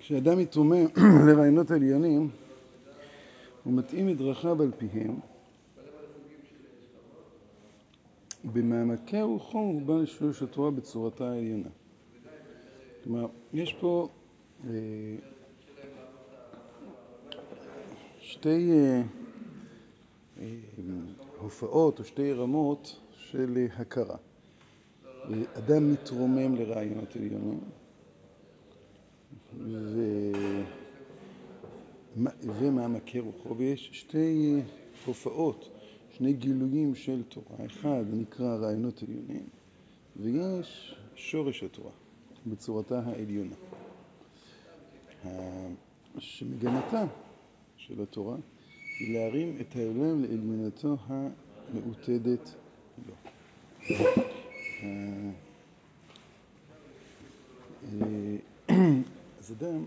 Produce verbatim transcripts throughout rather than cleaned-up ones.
כשאדם מתרומם לרעיונות עליונים, הוא מתאים את דרכיו על פיהם. במעמקי רוחו הוא בא לשורש התורה בצורתה העליונה. כלומר, יש פה אה, שתי אה, אה, הופעות או שתי רמות של אה, הכרה. אדם מתרומם לרעיונות עליונים, ו... ומעמקי רוחו, ויש שתי הופעות, שני גילויים של תורה. אחד נקרא רעיונות עליונים, ויש שורש התורה בצורתה העליונה. שמגמתה של התורה היא להרים את העולם לעליונתו המעוטדת לו. אז אדם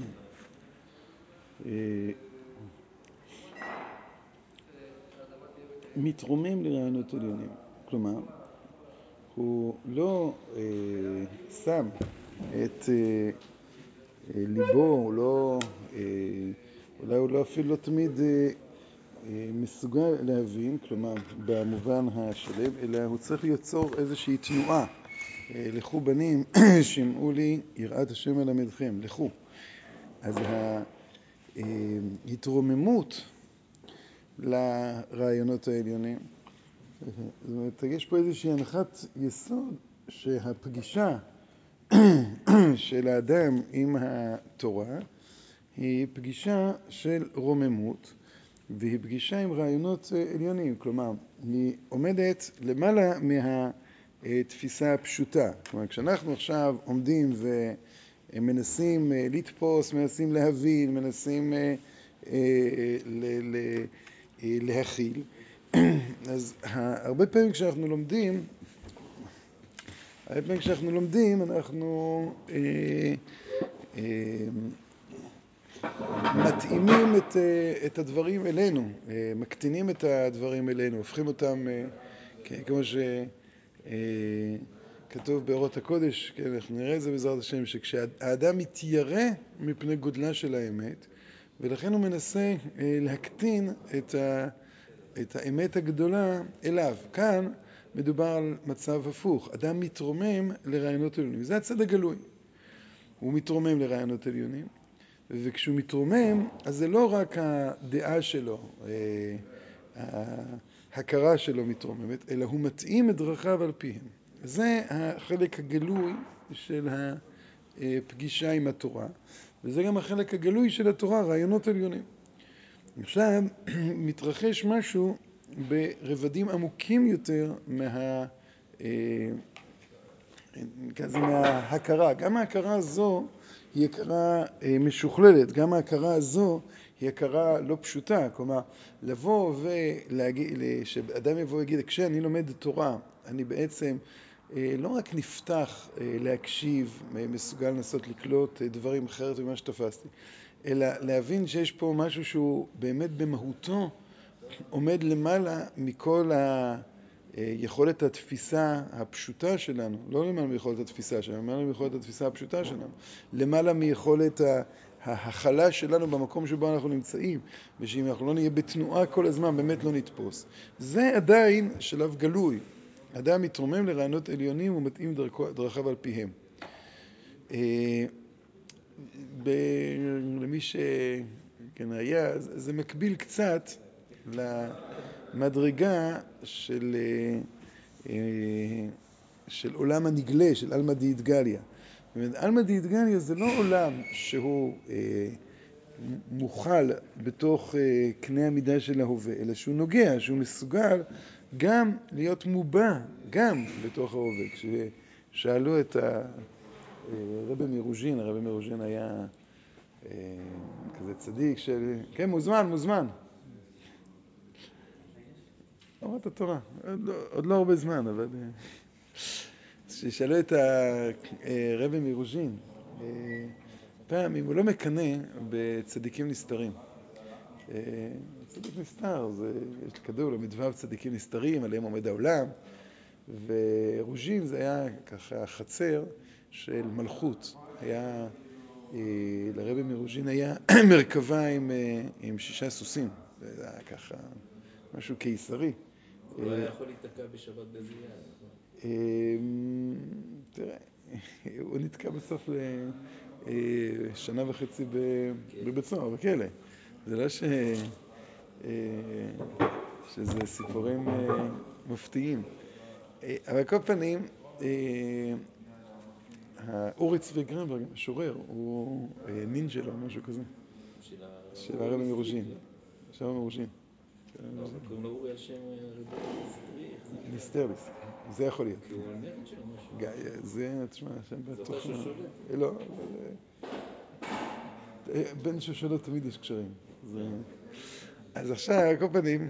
מתרומם לרעיונות עליונים. כלומר, הוא לא אה, שם את אה, ליבו, הוא לא, אה, אולי הוא לא אפילו לא תמיד אה, אה, מסוגל להבין, כלומר, במובן השלם, אלא הוא צריך ליצור איזושהי תנועה. אה, לכו בנים, שמעו לי, יראת השם אלמדכם, לכו. אז ההתרוממות לרעיונות העליונים, זאת אומרת, יש פה איזושהי הנחת יסוד שהפגישה של האדם עם התורה היא פגישה של רוממות, והיא פגישה עם רעיונות עליונים. כלומר, היא עומדת למעלה מהתפיסה הפשוטה. כלומר, כשאנחנו עכשיו עומדים ומנסים לתפוס, מנסים להבין, מנסים להכיל, אז הרבה פעמים כשאנחנו לומדים, הרבה פעמים כשאנחנו לומדים, אנחנו אה, אה, מתאימים את, את הדברים אלינו, מקטינים את הדברים אלינו, הופכים אותם, כמו שכתוב באורות הקודש, כן, אנחנו נראה את זה בעזרת השם, שכשהאדם מתיירא מפני גודלה של האמת, ולכן הוא מנסה להקטין את, ה, את האמת הגדולה אליו. כאן מדובר על מצב הפוך, אדם מתרומם לרעיונות עליונים, זה הצד הגלוי, הוא מתרומם לרעיונות עליונים, וכשהוא מתרומם, אז זה לא רק הדעה שלו, ההכרה שלו מתרוממת, אלא הוא מתאים את דרכיו על פיהם. זה החלק הגלוי של הפגישה עם התורה, וזה גם החלק הגלוי של התורה, רעיונות עליונים. עכשיו מתרחש משהו ברבדים עמוקים יותר מה, מההכרה. גם ההכרה הזו היא הכרה משוכללת, גם ההכרה הזו היא הכרה לא פשוטה. כלומר, לבוא ולהגיד, שאדם יבוא ויגיד, כשאני לומד תורה, אני בעצם לא רק נפתח להקשיב, מסוגל לנסות לקלוט דברים אחרת ממה שתפסתי, אלא להבין שיש פה משהו שהוא באמת במהותו עומד למעלה מכל היכולת התפיסה הפשוטה שלנו, לא למעלה מיכולת התפיסה שלנו, למעלה מיכולת התפיסה הפשוטה שלנו, למעלה מיכולת ההכלה שלנו במקום שבו אנחנו נמצאים, ושאם אנחנו לא נהיה בתנועה כל הזמן, באמת לא נתפוס. זה עדיין שלב גלוי. אדם מתרומם לרעיונות עליונים ומתאים דרכיו על פיהם. למי שכן היה, זה מקביל קצת למדרגה של, של עולם הנגלה, של אלמא דיאטגליה. אלמא דיאטגליה זה לא עולם שהוא מוכל בתוך קנה המידה של ההווה, אלא שהוא נוגע, שהוא מסוגל גם להיות מובע, גם בתוך ההווה. כששאלו את הרבי מרוז'ין, הרבי מרוז'ין היה כזה צדיק של... כן, מוזמן, מוזמן. אמרת התורה, עוד לא, עוד לא הרבה זמן, אבל... כששאלו את הרבי מרוז'ין, פעם אם הוא לא מקנא בצדיקים נסתרים. צדיק נסתר, זה, יש כדור למדבר צדיקים נסתרים, עליהם עומד העולם, ורוז'ין זה היה ככה חצר של מלכות. היה לרבי מרוז'ין היה מרכבה עם, עם שישה סוסים. זה היה ככה משהו קיסרי. הוא לא היה יכול להתקע בשבת באיזה יד. תראה, הוא נתקע בסוף לשנה וחצי בבית סוהר, בכלא. זה לא ש... שזה סיפורים מפתיעים. אבל כל פנים, אורי צבי גרינברג, משורר, הוא נין שלו, משהו כזה. של הרבי מרוז'ין. של הרבי מרוז'ין. קוראים לו אורי על שם רבי נסטרי. נסטרליס. זה יכול להיות. כי הוא הנכד שלו משהו. זה, תשמע, שם בטוח... זה אותה שושלת? לא, אבל... בין שושלות תמיד יש קשרים. אז עכשיו, כל פנים,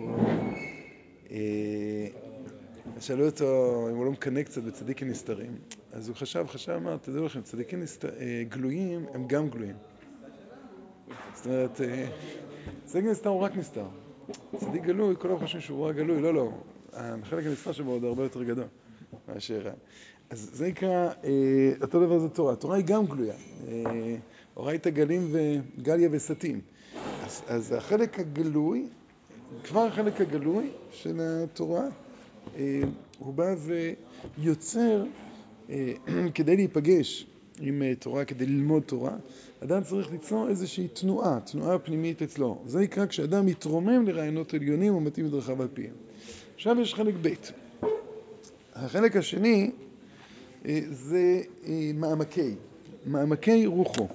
שאלו אותו אם הוא לא מקנא קצת בצדיקים נסתרים. אז הוא חשב, חשב, אמר, תדעו לכם, צדיקים גלויים הם גם גלויים. זאת אומרת, צדיק נסתר הוא רק נסתר. צדיק גלוי, כולם חושבים שהוא רק גלוי. לא, לא. החלק הנסתר שבו עוד הרבה יותר גדול מאשר... אז זה נקרא, אותו דבר זה תורה. התורה היא גם גלויה. אורייתא גלים וגליה וסתים. אז, אז החלק הגלוי, כבר החלק הגלוי של התורה, הוא בא ויוצר, כדי להיפגש עם תורה, כדי ללמוד תורה, אדם צריך ליצור איזושהי תנועה, תנועה פנימית אצלו. זה נקרא כשאדם מתרומם לרעיונות עליונים ומתאים את דרכיו על פיהם. עכשיו יש חלק ב'. החלק השני זה מעמקי, מעמקי רוחו.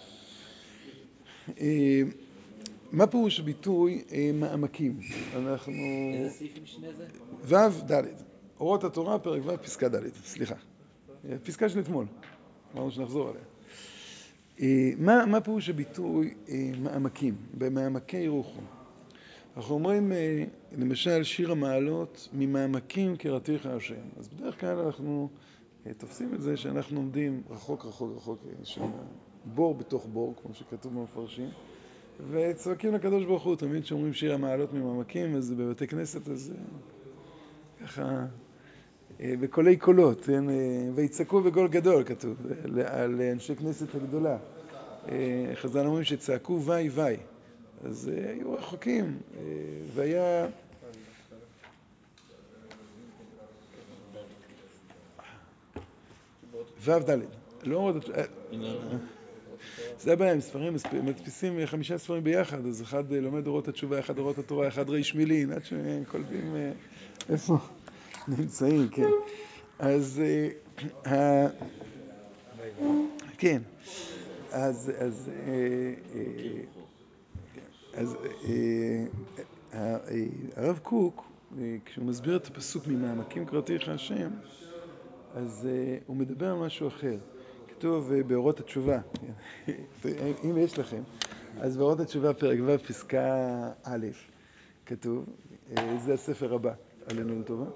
מה פירוש ביטוי מעמקים? אנחנו... איזה סעיף משנה זה? ו' ד', אורות התורה, פרק ו', פסקה ד', סליחה. פסקה של אתמול, אמרנו שנחזור עליה. מה, מה פירוש הביטוי מעמקים, במעמקי רוחו? אנחנו אומרים, למשל, שיר המעלות, ממעמקים קראתיך השם. אז בדרך כלל אנחנו תופסים את זה שאנחנו עומדים רחוק, רחוק, רחוק, שם בור בתוך בור, כמו שכתוב במפרשים, וצועקים לקדוש ברוך הוא. תמיד שאומרים שיר המעלות ממעמקים, אז בבתי כנסת, אז ככה, בקולי קולות, ויצעקו בקול גדול, כתוב, על אנשי כנסת הגדולה. חז"ל אומרים שצעקו וי וי. אז היו רחוקים, והיה... ו' ד', לא עוד... זה הבעיה, הם ספרים, מדפיסים חמישה ספרים ביחד, אז אחד לומד אורות התשובה, אחד אורות התורה, אחד ריש מילין, עד שהם קולטים איפה נמצאים, כן. אז... כן, אז... אז... אז הרב קוק, כשהוא מסביר את הפסוק ממעמקים קראתיך השם, אז הוא מדבר על משהו אחר. כתוב באורות התשובה, אם יש לכם, אז באורות התשובה פרק ו' פסקה א', כתוב, זה הספר הבא, עלינו לטובה.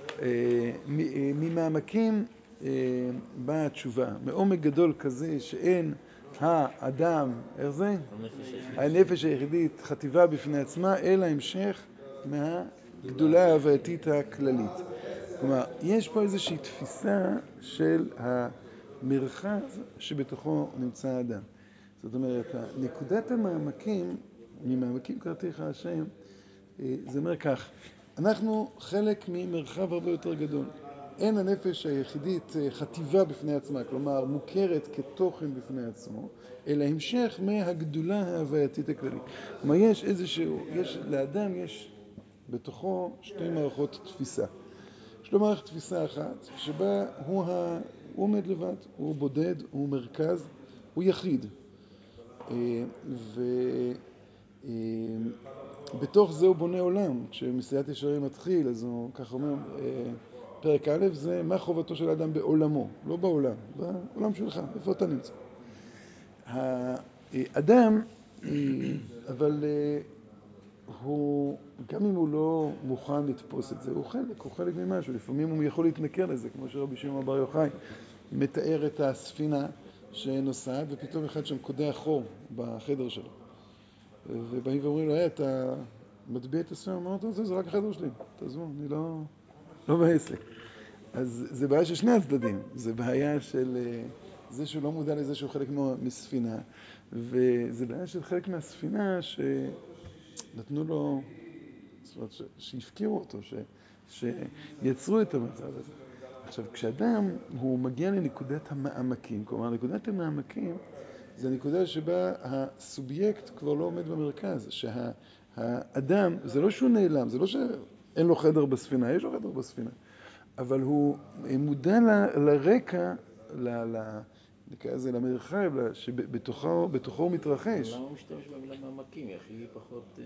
ממעמקים באה התשובה, מעומק גדול כזה שאין האדם, איך זה? הנפש היחידית חטיבה בפני עצמה, אלא המשך מהגדולה ההווייתית הכללית. כלומר, יש פה איזושהי תפיסה של המרחב שבתוכו נמצא האדם. זאת אומרת, נקודת המעמקים, ממעמקים קראתיך השם, זה אומר כך, אנחנו חלק ממרחב הרבה יותר גדול. אין הנפש היחידית חטיבה בפני עצמה, כלומר מוכרת כתוכן בפני עצמו, אלא המשך מהגדולה ההווייתית הכללית. כלומר, יש איזשהו, יש, לאדם יש בתוכו שתי מערכות תפיסה. יש לו מערכת תפיסה אחת, שבה הוא, ה... הוא עומד לבד, הוא בודד, הוא מרכז, הוא יחיד. ובתוך זה הוא בונה עולם. כשמסילת ישרים מתחיל, אז הוא ככה אומר, פרק א' זה מה חובתו של האדם בעולמו, לא בעולם, בעולם שלך, איפה אתה נמצא. האדם, אבל הוא, גם אם הוא לא מוכן לתפוס את זה, הוא חלק, הוא חלק ממשהו. לפעמים הוא יכול להתנכר לזה, כמו שרבי שמעון בר יוחאי מתאר את הספינה שנוסעת, ופתאום אחד שם קודח חור בחדר שלו. ובאים ואומרים לו, היי, אתה מטביע את הספינה? אמרת, זה, זה רק החדר שלי, תעזבו, אני לא, לא בעסק. אז זה בעיה של שני הצדדים, זה בעיה של זה שהוא לא מודע לזה שהוא חלק מספינה, וזה בעיה של חלק מהספינה שנתנו לו, זאת אומרת, שהפקירו אותו, ש, שיצרו את המצב הזה. עכשיו, כשאדם הוא מגיע לנקודת המעמקים, כלומר, נקודת המעמקים זה נקודה שבה הסובייקט כבר לא עומד במרכז, שהאדם, זה לא שהוא נעלם, זה לא שאין לו חדר בספינה, יש לו חדר בספינה, אבל הוא מודע ל, לרקע, ל, ל, זה למרחב, שבתוכו הוא מתרחש. למה הוא משתמש במילה מעמקים? הכי פחות...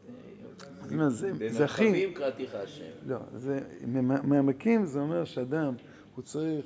במרחבים קראתיך השם. לא, מעמקים זה אומר שאדם הוא צריך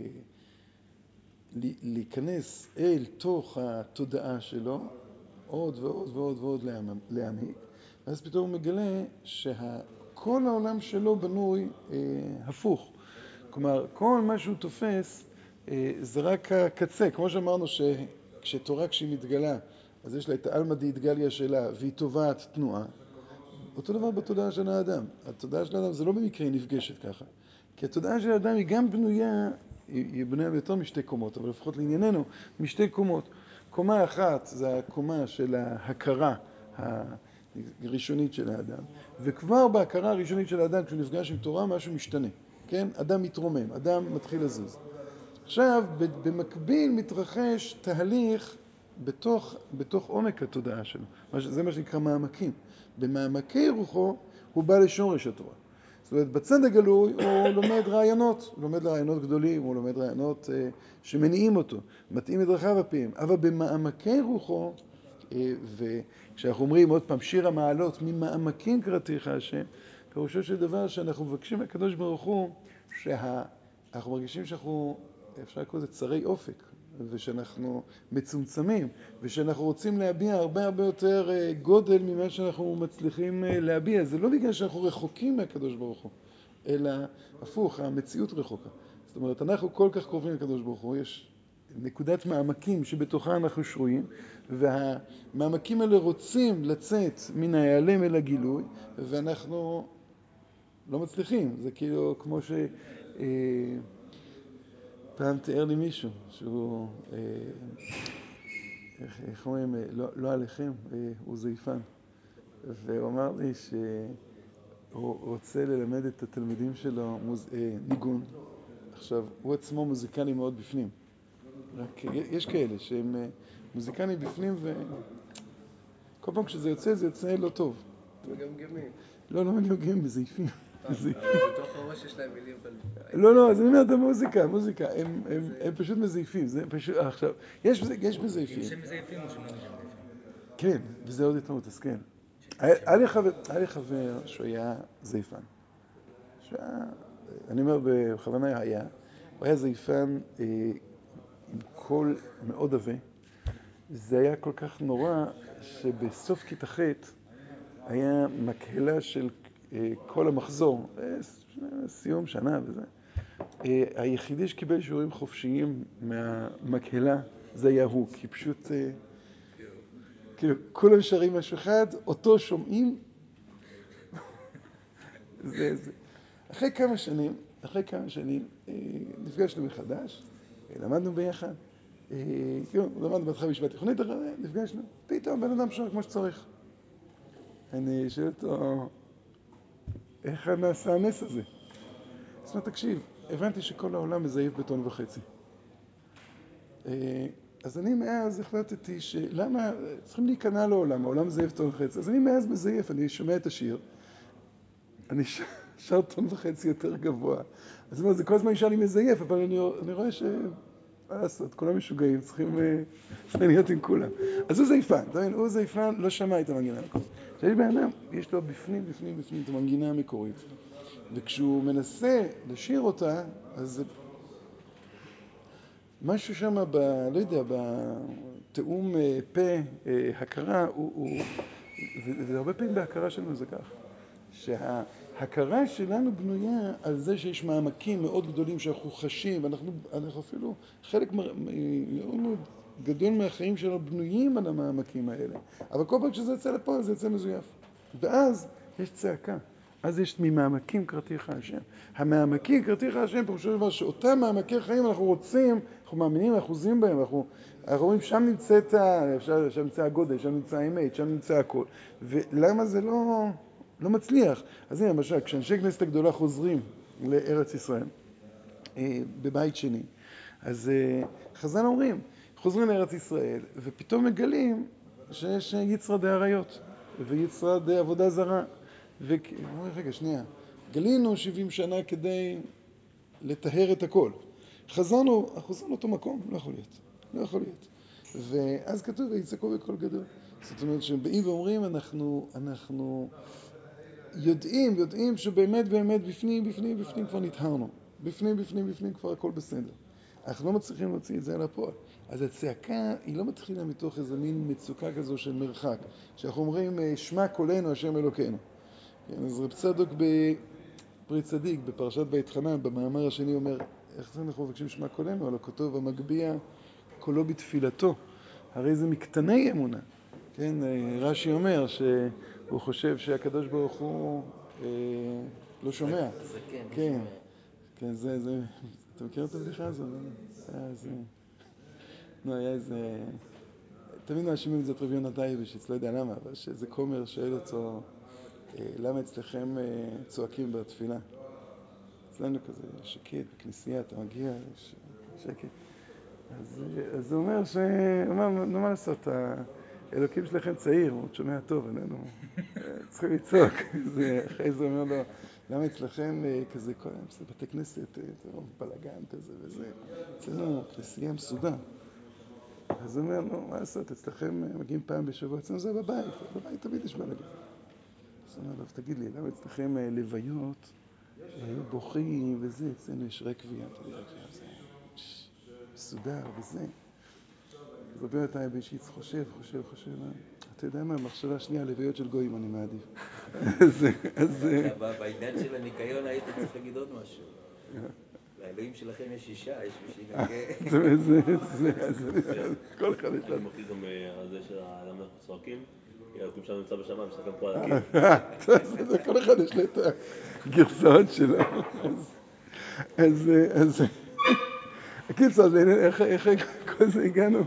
להיכנס אל תוך התודעה שלו, עוד ועוד ועוד ועוד להעמיק, ואז פתאום הוא מגלה שכל העולם שלו בנוי הפוך. כלומר, כל מה שהוא תופס זה רק הקצה. כמו שאמרנו שכשתורה כשהיא מתגלה, אז יש לה את האלמא דאיטגליה שלה, והיא תובעת תנועה. אותו דבר בתודעה של האדם. התודעה של האדם זה לא במקרה היא נפגשת ככה. כי התודעה של האדם היא גם בנויה, היא בנויה ביותר משתי קומות, אבל לפחות לענייננו, משתי קומות. קומה אחת זה הקומה של ההכרה הראשונית של האדם, וכבר בהכרה הראשונית של האדם, כשהוא נפגש עם תורה, משהו משתנה. כן? אדם מתרומם, אדם מתחיל לזוז. עכשיו, במקביל מתרחש תהליך בתוך, בתוך עומק התודעה שלו. זה מה שנקרא מעמקים. במעמקי רוחו הוא בא לשורש התורה. זאת אומרת, בצד הגלוי הוא לומד רעיונות, הוא לומד רעיונות גדולים, הוא לומד רעיונות אה, שמניעים אותו, מתאים את דרכיו הפיהם. אבל במעמקי רוחו, אה, וכשאנחנו אומרים עוד פעם, שיר המעלות, ממעמקים קראתיך השם, פירושו של דבר שאנחנו מבקשים מהקדוש ברוך הוא, שאנחנו מרגישים שאנחנו, אפשר לקרוא לזה צרי אופק, ושאנחנו מצומצמים, ושאנחנו רוצים להביע הרבה הרבה יותר גודל ממה שאנחנו מצליחים להביע. זה לא בגלל שאנחנו רחוקים מהקדוש ברוך הוא, אלא הפוך, המציאות רחוקה. זאת אומרת, אנחנו כל כך קרובים לקדוש ברוך הוא, יש נקודת מעמקים שבתוכה אנחנו שרויים, והמעמקים האלה רוצים לצאת מן ההיעלם אל הגילוי, ואנחנו לא מצליחים. זה כאילו כמו ש... פעם תיאר לי מישהו, שהוא, איך אומרים, לא עליכם, הוא זייפן. והוא אמר לי שהוא רוצה ללמד את התלמידים שלו ניגון. עכשיו, הוא עצמו מוזיקני מאוד בפנים. רק יש כאלה שהם מוזיקנים בפנים, וכל פעם כשזה יוצא, זה יוצא לא טוב. מגמגמים. לא, לא מגמגמים, מזייפים. בתוך הראש יש להם מילים, אבל... לא, לא, אז אני אומר את המוזיקה, מוזיקה, הם פשוט מזייפים, זה פשוט, עכשיו, יש מזייפים. אם שהם מזייפים או שהם לא מזייפים? כן, וזה עוד יותר מתסכל. היה לי חבר שהוא היה זייפן. אני אומר בכוונה היה, הוא היה זייפן עם קול מאוד עבה. זה היה כל כך נורא שבסוף כיתה ח' היה מקהלה של כל המחזור, סיום שנה וזה. היחידי שקיבל שיעורים חופשיים מהמקהלה זה היה הוא, כי פשוט כאילו כולם שרים משהו אחד, אותו שומעים. זה, זה. אחרי כמה שנים, אחרי כמה שנים נפגשנו מחדש, למדנו ביחד, כאילו למדנו בהתחלה בישיבה תיכונית, נפגשנו, פתאום בן אדם שר כמו שצריך. אני שואל אותו, איך נעשה הנס הזה? זאת אומרת, תקשיב, הבנתי שכל העולם מזייף בטון וחצי. אז אני מאז החלטתי שלמה צריכים להיכנע לעולם, העולם מזייף טון וחצי. אז אני מאז מזייף, אני שומע את השיר, אני שר טון וחצי יותר גבוה. אז זה כל הזמן נשאר לי מזייף, אבל אני, אני רואה ש... מה לעשות, כולם משוגעים, צריכים להיות עם כולם. אז הוא זייפן, הוא זייפן, לא שמע את המנגינה המקורית. שיש בן אדם, יש לו בפנים, בפנים, בפנים את המנגינה המקורית. וכשהוא מנסה לשיר אותה, אז זה... משהו שם, ב, לא יודע, בתאום פה, הכרה, הוא, הוא, וזה הרבה פעמים בהכרה שלנו זה כך, שההכרה שלנו בנויה על זה שיש מעמקים מאוד גדולים שאנחנו חשים, ואנחנו אנחנו אפילו, חלק מאוד מאוד גדול מהחיים שלנו בנויים על המעמקים האלה. אבל כל פעם כשזה יוצא לפה, זה יוצא מזויף. ואז יש צעקה. אז יש ממעמקים קראתיך השם. המעמקים קראתיך השם, פירושו של דבר שאותם מעמקי חיים אנחנו רוצים, אנחנו מאמינים, אנחנו חוזים בהם, אנחנו, אנחנו רואים שם נמצאת, שם, שם נמצא הגודל, שם נמצא האמת, שם נמצא הכל. ולמה זה לא, לא מצליח? אז הנה, למשל, כשאנשי כנסת הגדולה חוזרים לארץ ישראל, בבית שני, אז חז"ל אומרים, חוזרים לארץ ישראל, ופתאום מגלים שיש יצרא דאריות, ויצרא דעבודה זרה. ואומרים, רגע, שנייה, גלינו שבעים שנה כדי לטהר את הכל. חזרנו, חזרנו אותו מקום, לא יכול להיות, לא יכול להיות. ואז כתוב, ויצעקו בקול גדול. זאת אומרת שהם באים ואומרים, אנחנו, אנחנו יודעים, יודעים שבאמת, באמת, בפנים, בפנים, בפנים כבר נטהרנו. בפנים, בפנים, בפנים כבר הכל בסדר. אנחנו לא מצליחים להוציא את זה על הפועל. אז הצעקה היא לא מתחילה מתוך איזה מין מצוקה כזו של מרחק. שאנחנו אומרים, שמע קולנו, השם אלוקינו. כן, אז רב צדוק בפרי צדיק, בפרשת בית חנן, במאמר השני אומר, איך זה אנחנו מבקשים שמע קולנו? על הכתוב המגביה קולו בתפילתו. הרי זה מקטני אמונה. כן, רש"י אומר שהוא חושב שהקדוש ברוך הוא אה, לא שומע. זה כן, כן, כן, זה, זה, אתה מכיר את הבדיחה הזו? היה איזה, לא, היה איזה, תמיד מאשימים את זה את רבי יונה טייבשיץ, לא יודע למה, אבל שאיזה כומר שואל אותו, למה אצלכם צועקים בתפילה? אצלנו כזה שקט, בכנסייה, אתה מגיע, יש שקט. אז, אז הוא אומר, ש... הוא אומר, נו מה לעשות, האלוקים שלכם צעיר, הוא שומע טוב, איננו, צריכים לצעוק. אחרי זה אומר לו, למה אצלכם כזה, כל היום, זה בתי כנסת, בלגן כזה וזה, אצלנו כנסייה מסודר. אז הוא אומר, נו מה לעשות, אצלכם מגיעים פעם בשבוע, אצלנו זה בבית, בבית תמיד יש בלגן. אז הוא אומר לו, תגיד לי, למה אצלכם לוויות, בוכים וזה, אצלנו יש רקבייה, אתה יודע, זה מסודר וזה. אז רבי יונה טייבשיץ חושב, חושב, חושב, אתה יודע מה, המחשבה השנייה, לוויות של גויים אני מעדיף. בעידן של הניקיון היית צריך להגיד עוד משהו. לאלוהים שלכם יש אישה, יש מי שינקה. זה, זה, זה, כל אחד יש לנו. אני מכיר גם על זה שלמה אנחנו צועקים, כי אלוקים שלנו נמצא בשמיים, מסתכל פה על הקיר. כל אחד יש לו את הגרסאות שלו. אז, אז, הקיצור, אז איך כל זה הגענו?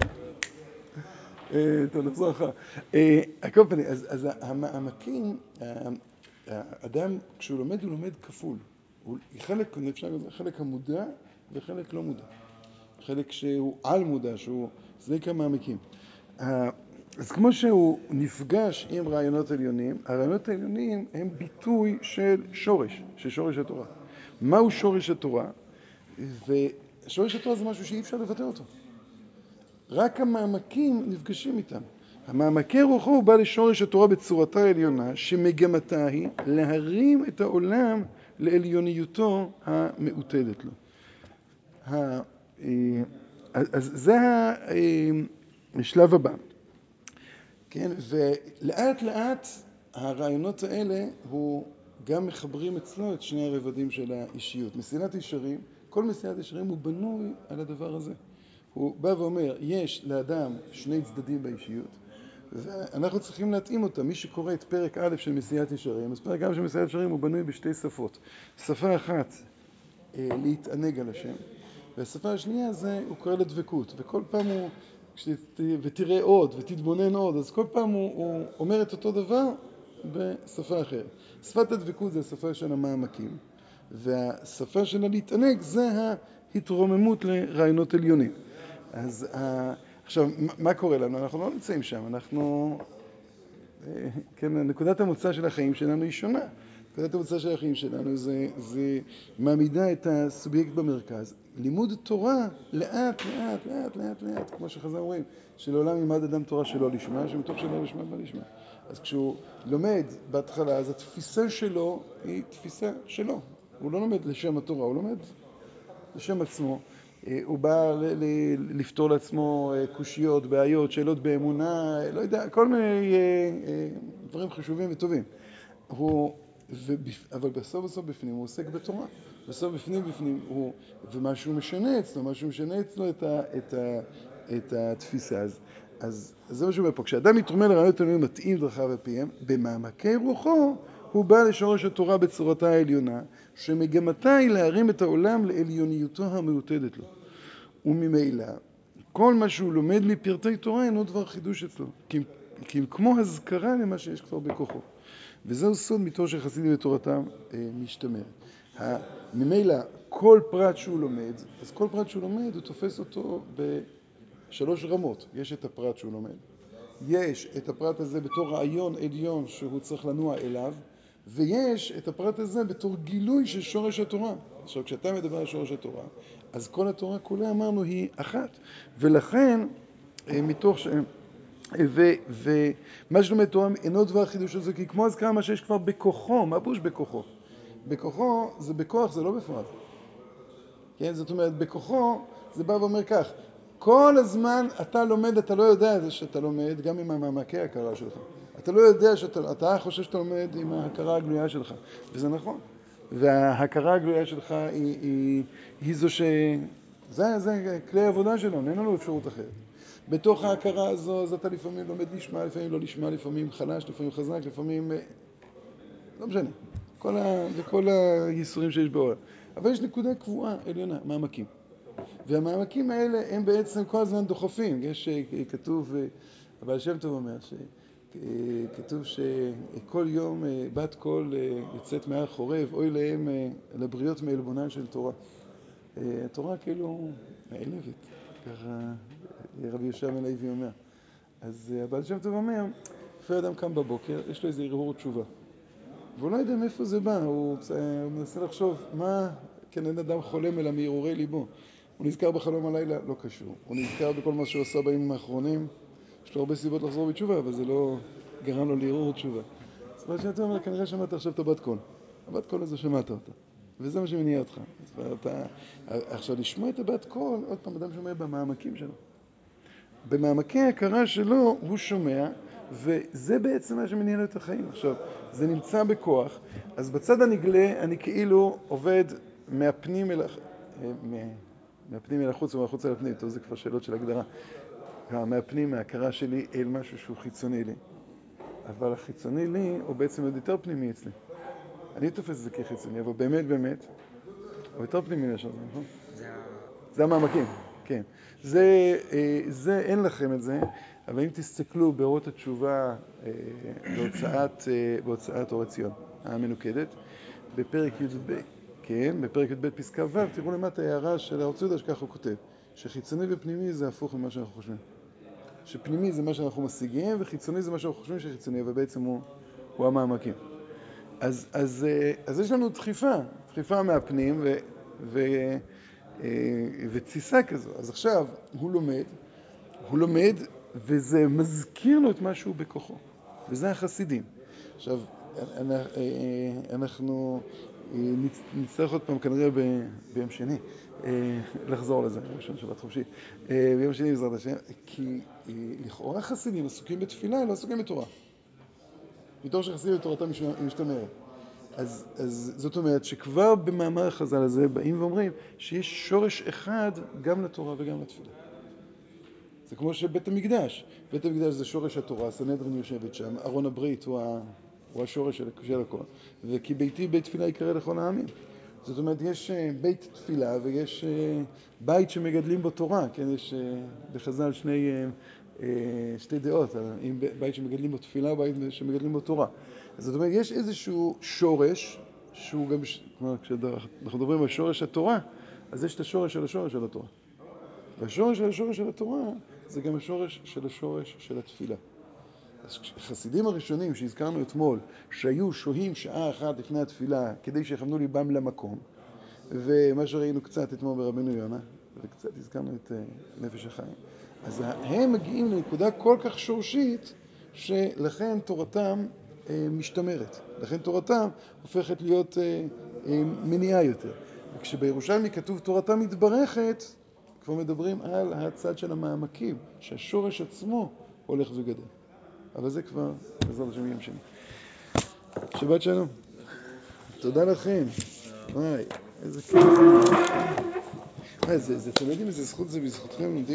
טוב, נחזור אחר. הכל פני, אז המעמקים, האדם, כשהוא לומד, הוא לומד כפול. הוא חלק, אפשר להגיד, חלק המודע וחלק לא מודע. חלק שהוא על מודע, שהוא, זה נקרא מעמקים. אז כמו שהוא נפגש עם רעיונות עליונים, הרעיונות העליונים הם ביטוי של שורש, של שורש התורה. מהו שורש התורה? ושורש התורה זה משהו שאי אפשר לבטא אותו. רק המעמקים נפגשים איתם. המעמקי רוחו הוא בא לשורש התורה בצורתה העליונה, שמגמתה היא להרים את העולם לעליוניותו המעוטדת לו. אז זה השלב הבא. כן, ולאט לאט הרעיונות האלה הוא גם מחברים אצלו את שני הרבדים של האישיות. מסילת ישרים, כל מסילת ישרים הוא בנוי על הדבר הזה. הוא בא ואומר, יש לאדם שני צדדים באישיות, ואנחנו צריכים להתאים אותם. מי שקורא את פרק א' של מסילת ישרים, אז פרק א' של מסילת ישרים הוא בנוי בשתי שפות. שפה אחת, להתענג על השם, והשפה השנייה זה, הוא קורא לדבקות, וכל פעם הוא, ותראה עוד, ותתבונן עוד, אז כל פעם הוא, הוא אומר את אותו דבר בשפה אחרת. שפת הדבקות זה השפה של המעמקים, והשפה של להתענג זה ההתרוממות לרעיונות עליונים. אז עכשיו, מה קורה לנו? אנחנו לא נמצאים שם, אנחנו, כן, נקודת המוצא של החיים שלנו היא שונה. נקודת המוצא של החיים שלנו זה, זה מעמידה את הסובייקט במרכז. לימוד תורה לאט, לאט, לאט, לאט, לאט, כמו שחז"ל אומרים, שלעולם ילמד אדם תורה שלא לשמה, שמתוך שלא לשמה בא לשמה. אז כשהוא לומד בהתחלה, אז התפיסה שלו היא תפיסה שלו. הוא לא לומד לשם התורה, הוא לומד לשם עצמו. הוא בא לפתור לעצמו קושיות, בעיות, שאלות באמונה, לא יודע, כל מיני דברים חשובים וטובים. הוא, אבל בסוף בסוף בפנים הוא עוסק בתורה. בסוף בפנים בפנים הוא, ומשהו משנה אצלו, משהו משנה אצלו את, ה, את, ה, את התפיסה. אז, אז זה מה שאומר פה. כשאדם מתרומם לרעיונות עליונים מתאים דרכיו ופיהם, במעמקי רוחו הוא בא לשורש התורה בצורתה העליונה, שמגמתה היא להרים את העולם לעליוניותו המעוטדת לו. וממילא, כל מה שהוא לומד מפרטי תורה אינו דבר חידוש אצלו, כי, כי כמו הזכרה למה שיש כבר בכוחו. וזהו סוד מתור שחסידים בתורתם אה, משתמר. ממילא, כל פרט שהוא לומד, אז כל פרט שהוא לומד, הוא תופס אותו בשלוש רמות. יש את הפרט שהוא לומד. יש את הפרט הזה בתור רעיון עליון שהוא צריך לנוע אליו, ויש את הפרט הזה בתור גילוי של שורש התורה. עכשיו, כשאתה מדבר על שורש התורה, אז כל התורה כולה, אמרנו, היא אחת. ולכן, מתוך ש... ומה שלומד תורה אינו דבר חידוש הזה, כי כמו הזכרה מה שיש כבר בכוחו, מה פירוש בכוחו? בכוחו זה בכוח, זה לא בפרט. כן? זאת אומרת, בכוחו זה בא ואומר כך, כל הזמן אתה לומד, אתה לא יודע זה שאתה לומד, גם עם המעמקי ההכרה שלך. אתה לא יודע שאתה, אתה חושב שאתה לומד עם ההכרה הגלויה שלך, וזה נכון. וההכרה הגלויה שלך היא, היא, היא זו ש... זה, זה כלי העבודה שלנו, אין לנו אפשרות אחרת. בתוך ההכרה הזו, אז אתה לפעמים לומד לשמה, לפעמים לא לשמה, לפעמים חלש, לפעמים חזק, לפעמים... לא משנה. כל ה... וכל הייסורים שיש בעולם. אבל יש נקודה קבועה, עליונה, מעמקים. והמעמקים האלה הם בעצם כל הזמן דוחפים. יש כתוב, הבעל שם טוב אומר, שכתוב שכל יום בת קול יוצאת מהר חורב, אוי להם לבריות מעלבונן של תורה. התורה כאילו מעלבת, ככה רבי יהושע בן לוי אומר. אז הבעל שם טוב אומר, לפי אדם קם בבוקר, יש לו איזה הרהור תשובה. והוא לא יודע מאיפה זה בא, הוא, הוא מנסה לחשוב מה כן אין אדם חולם אלא מהרהורי ליבו. הוא נזכר בחלום הלילה, לא קשור. הוא נזכר בכל מה שהוא עשה בימים האחרונים, יש לו הרבה סיבות לחזור בתשובה, אבל זה לא גרם לו להרהור תשובה. אז מה שאתה אומר, כנראה שמעת עכשיו את הבת קול. הבת קול הזו שמעת אותה. וזה מה שמניע אותך. ואתה, עכשיו, לשמוע את הבת קול, עוד פעם, אדם שומע במעמקים שלו. במעמקי ההכרה שלו הוא שומע, וזה בעצם מה שמניע לו את החיים. עכשיו, זה נמצא בכוח, אז בצד הנגלה אני כאילו עובד מהפנים אל, מהפנים אל החוץ ומהחוץ אל הפנים. טוב, זה כבר שאלות של הגדרה. מהפנים, מההכרה שלי אל משהו שהוא חיצוני לי. אבל החיצוני לי הוא בעצם עוד יותר פנימי אצלי. אני תופס את זה כחיצוני, אבל באמת באמת, הוא יותר פנימי לשם, נכון? זה המעמקים, כן. זה, זה, אין לכם את זה, אבל אם תסתכלו באורות התשובה בהוצאת, בהוצאת אור עציון המנוקדת, בפרק י"ב, כן, בפרק י"ב פסקה ו', תראו למטה הערה של האור ציודה שכך הוא כותב, שחיצוני ופנימי זה הפוך ממה שאנחנו חושבים. שפנימי זה מה שאנחנו משיגים, וחיצוני זה מה שאנחנו חושבים שחיצוני, אבל בעצם הוא, הוא המעמקים. אז, אז, אז יש לנו דחיפה, דחיפה מהפנים ו, ו, ותסיסה כזו. אז עכשיו הוא לומד, הוא לומד וזה מזכיר לו את משהו בכוחו. וזה החסידים. עכשיו, אנחנו נצטרך עוד פעם כנראה ביום שני לחזור לזה, ראשון שבת חופשית. ביום שני בעזרת השם, כי לכאורה חסידים עסוקים בתפילה, לא עסוקים בתורה. מתור שחסידים בתורתם משתמרת. אז, אז זאת אומרת שכבר במאמר החז"ל הזה באים ואומרים שיש שורש אחד גם לתורה וגם לתפילה. זה כמו שבית המקדש. בית המקדש זה שורש התורה, סנהדרין יושבת שם, ארון הברית הוא, ה, הוא השורש של, של הכל. וכי ביתי בית תפילה יקרא לכל העמים. זאת אומרת, יש בית תפילה ויש בית שמגדלים בו תורה. כן, יש בחז"ל שני, שתי דעות, עם בית שמגדלים בו תפילה ובית שמגדלים בו תורה. זאת אומרת, יש איזשהו שורש, שהוא גם, כלומר, כשאנחנו מדברים על שורש התורה, אז יש את השורש של השורש של התורה. והשורש של השורש של התורה, זה גם השורש של השורש של התפילה. אז חסידים הראשונים שהזכרנו אתמול, שהיו שוהים שעה אחת לפני התפילה, כדי שיכוונו ליבם למקום, ומה שראינו קצת אתמול ברבנו יונה, וקצת הזכרנו את נפש החיים, אז הם מגיעים לנקודה כל כך שורשית, שלכן תורתם משתמרת. לכן תורתם הופכת להיות מניעה יותר. וכשבירושלמי כתוב תורתם מתברכת, כבר מדברים על הצד של המעמקים, שהשורש עצמו הולך וגדל. אבל זה כבר בעזרת השם יום שני. שבת שלום. תודה לכם. וואי, איזה כיף. זה, זה, אתם יודעים איזה זכות זה בזכותכם.